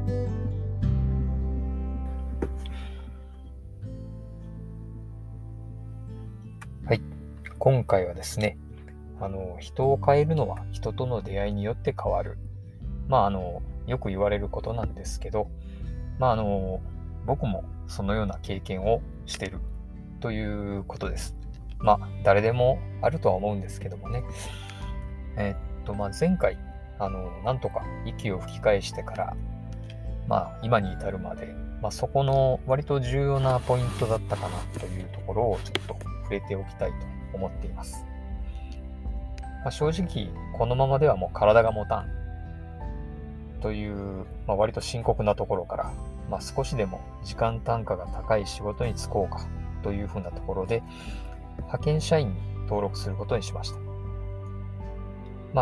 はい、今回はですね、人を変えるのは人との出会いによって変わる。よく言われることなんですけど、僕もそのような経験をしているということです。誰でもあるとは思うんですけどもね。前回、なんとか息を吹き返してから、今に至るまで、そこの割と重要なポイントだったかなというところをちょっと触れておきたいと思っています。正直、このままではもう体が持たんという、割と深刻なところから、少しでも時間単価が高い仕事に就こうかというふうなところで、派遣社員に登録することにしました。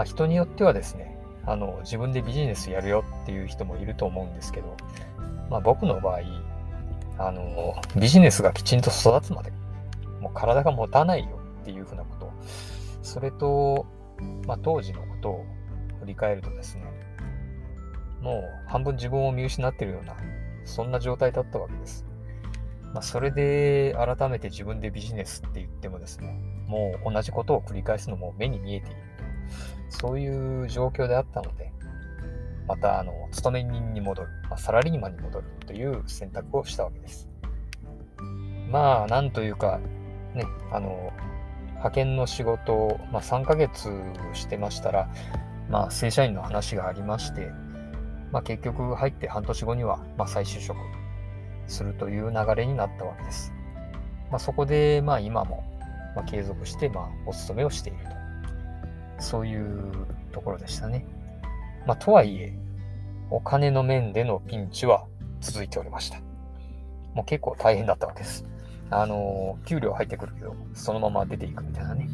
人によってはですね、自分でビジネスやるよっていう人もいると思うんですけど、僕の場合、ビジネスがきちんと育つまで、もう体が持たないよっていうふうなこと、それと、当時のことを振り返るとですね、もう半分自分を見失っているような、そんな状態だったわけです。それで改めて自分でビジネスって言ってもですね、もう同じことを繰り返すのも目に見えていると、そういう状況であったので、また勤め人に戻る、サラリーマンに戻るという選択をしたわけです。なんというかね、派遣の仕事を、3ヶ月してましたら、正社員の話がありまして、結局入って半年後には、再就職するという流れになったわけです。そこで、今も、継続して、お勤めをしていると。そういうところでしたね。とはいえ、お金の面でのピンチは続いておりました。もう結構大変だったわけです。給料入ってくるけど、そのまま出ていくみたいなね。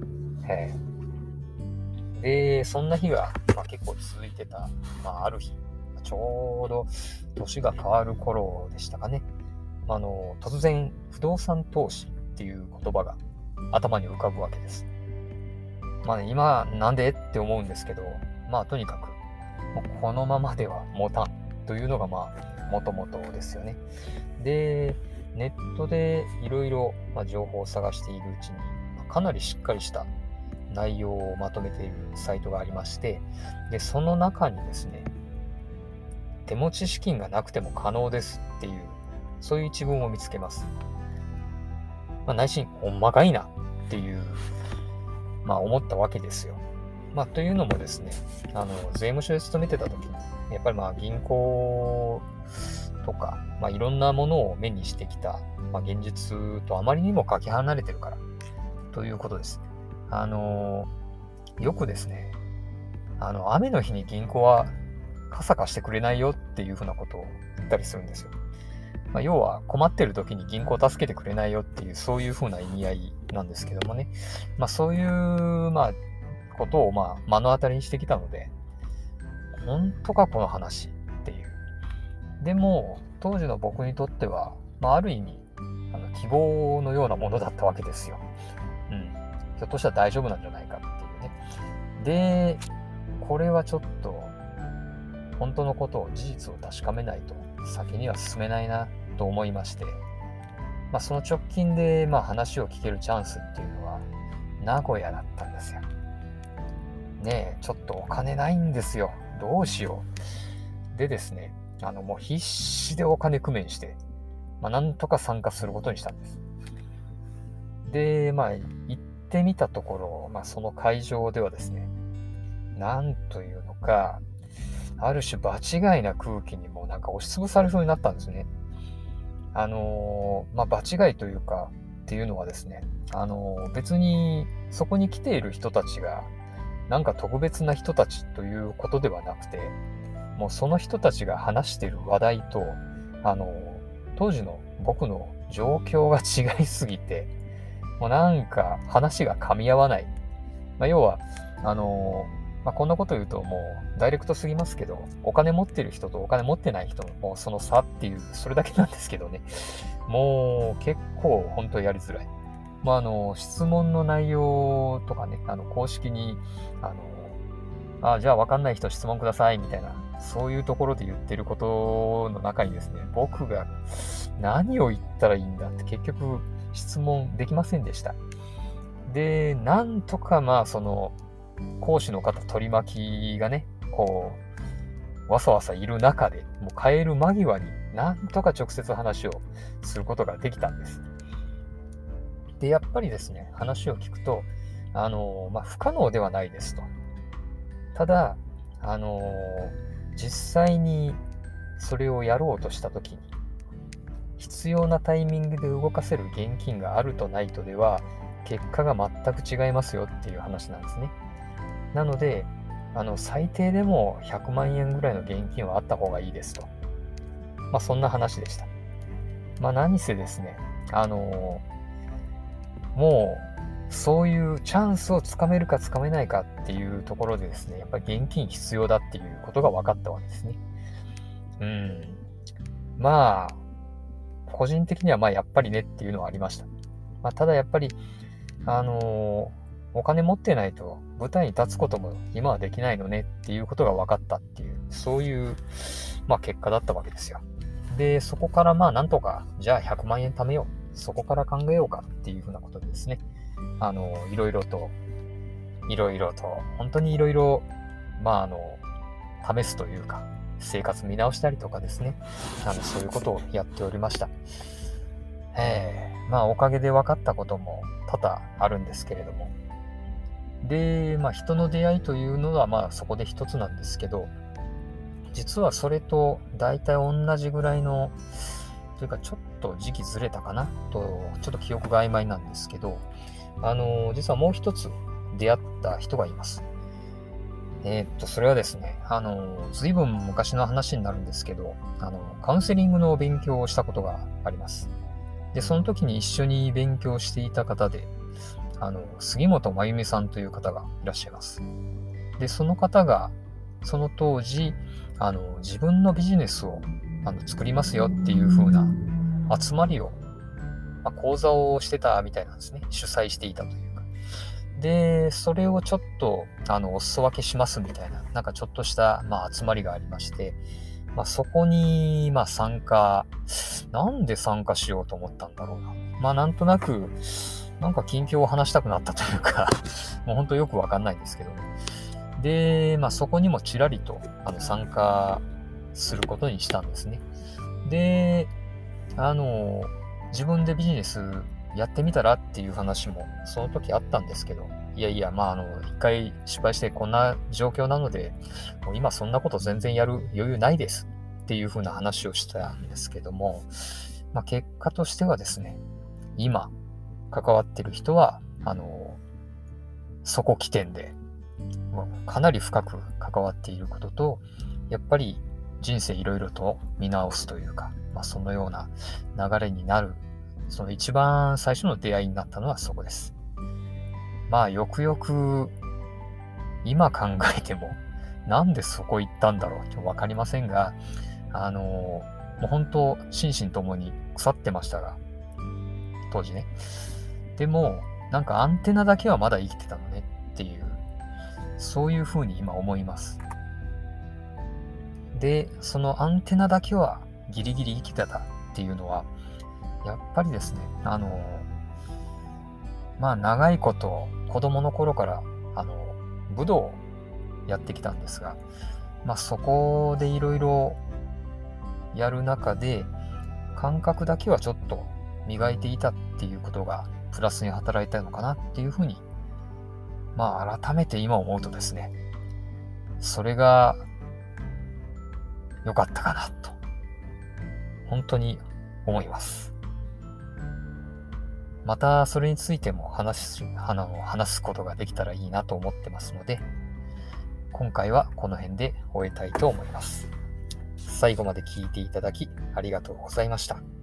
で、そんな日が、結構続いてた、ある日、ちょうど年が変わる頃でしたかね。突然、不動産投資っていう言葉が頭に浮かぶわけです。今、なんでって思うんですけど、とにかく、このままでは持たんというのが、もともとですよね。で、ネットでいろいろ情報を探しているうちに、かなりしっかりした内容をまとめているサイトがありまして、で、その中にですね、手持ち資金がなくても可能ですっていう、そういう一文を見つけます。内心、ほんまかいなっていう、思ったわけですよ。というのもですね、税務署で勤めてた時に、やっぱり銀行とか、いろんなものを目にしてきた、現実とあまりにもかけ離れてるからということです。よくですね、雨の日に銀行は傘貸してくれないよっていうふうなことを言ったりするんですよ。要は困ってる時に銀行を助けてくれないよっていう、そういうふうな意味合いなんですけどもね。そういう、ことを目の当たりにしてきたので、本当かこの話っていう。でも、当時の僕にとっては、ある意味、希望のようなものだったわけですよ。ひょっとしたら大丈夫なんじゃないかっていうね。で、これはちょっと、本当のことを、事実を確かめないと、先には進めないなと思いまして、その直近で、話を聞けるチャンスっていうのは、名古屋だったんですよ。ちょっとお金ないんですよ。どうしよう。でですね、もう必死でお金工面して、なんとか参加することにしたんです。で、行ってみたところ、その会場ではですね、なんというのか、ある種場違いな空気にも押しつぶされる風になったんですね。場違いというか、っていうのはですね、別にそこに来ている人たちが、特別な人たちということではなくて、もうその人たちが話している話題と、当時の僕の状況が違いすぎて、もう話が噛み合わない。要は、こんなこと言うともうダイレクトすぎますけど、お金持ってる人とお金持ってない人のその差っていう、それだけなんですけどね。もう結構本当やりづらい。質問の内容とかね、公式に、 じゃあ分かんない人質問くださいみたいな、そういうところで言ってることの中にですね、僕が何を言ったらいいんだって結局質問できませんでした。で、なんとかその講師の方取り巻きがね、こう、わさわさいる中で、もう帰る間際になんとか直接話をすることができたんです。で、やっぱりですね、話を聞くと、不可能ではないですと。ただ、実際にそれをやろうとしたときに、必要なタイミングで動かせる現金があるとないとでは、結果が全く違いますよっていう話なんですね。なので、最低でも100万円ぐらいの現金はあった方がいいですと。そんな話でした。何せですね、もう、そういうチャンスをつかめるかつかめないかっていうところでですね、やっぱり現金必要だっていうことが分かったわけですね。個人的にはやっぱりねっていうのはありました。ただやっぱり、お金持ってないと舞台に立つことも今はできないのねっていうことが分かったっていう、そういう、結果だったわけですよ。で、そこからなんとか、じゃあ100万円貯めよう。そこから考えようかっていうふうなことでですね、いろいろと、本当にいろいろ、試すというか、生活見直したりとかですね、そういうことをやっておりました。おかげで分かったことも多々あるんですけれども。で、人の出会いというのはそこで一つなんですけど、実はそれと大体同じぐらいの、というかちょっと時期ずれたかなと、ちょっと記憶が曖昧なんですけど、実はもう一つ出会った人がいます。それはですね、随分昔の話になるんですけど、カウンセリングの勉強をしたことがあります。で、その時に一緒に勉強していた方で、杉本真由美さんという方がいらっしゃいます。で、その方が、その当時、自分のビジネスを作りますよっていう風な集まりを、講座をしてたみたいなんですね。主催していたというか。で、それをちょっと、お裾分けしますみたいな、なんかちょっとした、集まりがありまして、そこに、参加、なんで参加しようと思ったんだろうな。なんとなく、なんか近況を話したくなったというか、もう本当よくわかんないんですけどね。で、そこにもちらりと参加することにしたんですね。で、自分でビジネスやってみたらっていう話もその時あったんですけど、一回失敗してこんな状況なので、もう今そんなこと全然やる余裕ないですっていう風な話をしたんですけども、結果としてはですね、今関わってる人は、そこ起点で、かなり深く関わっていることと、やっぱり人生いろいろと見直すというか、そのような流れになる、その一番最初の出会いになったのはそこです。よくよく今考えても、なんでそこ行ったんだろうってわかりませんが、もう本当心身ともに腐ってましたが、当時ね。でも、なんかアンテナだけはまだ生きてたのねっていう、そういうふうに今思います。で、そのアンテナだけはギリギリ生きてたっていうのは、やっぱりですね、長いこと子供の頃から武道をやってきたんですが、そこでいろいろやる中で感覚だけはちょっと磨いていたっていうことがプラスに働いたのかなっていうふうに改めて今思うとですね、それが良かったかなと本当に思います。またそれについても話すことができたらいいなと思ってますので、今回はこの辺で終えたいと思います。最後まで聞いていただきありがとうございました。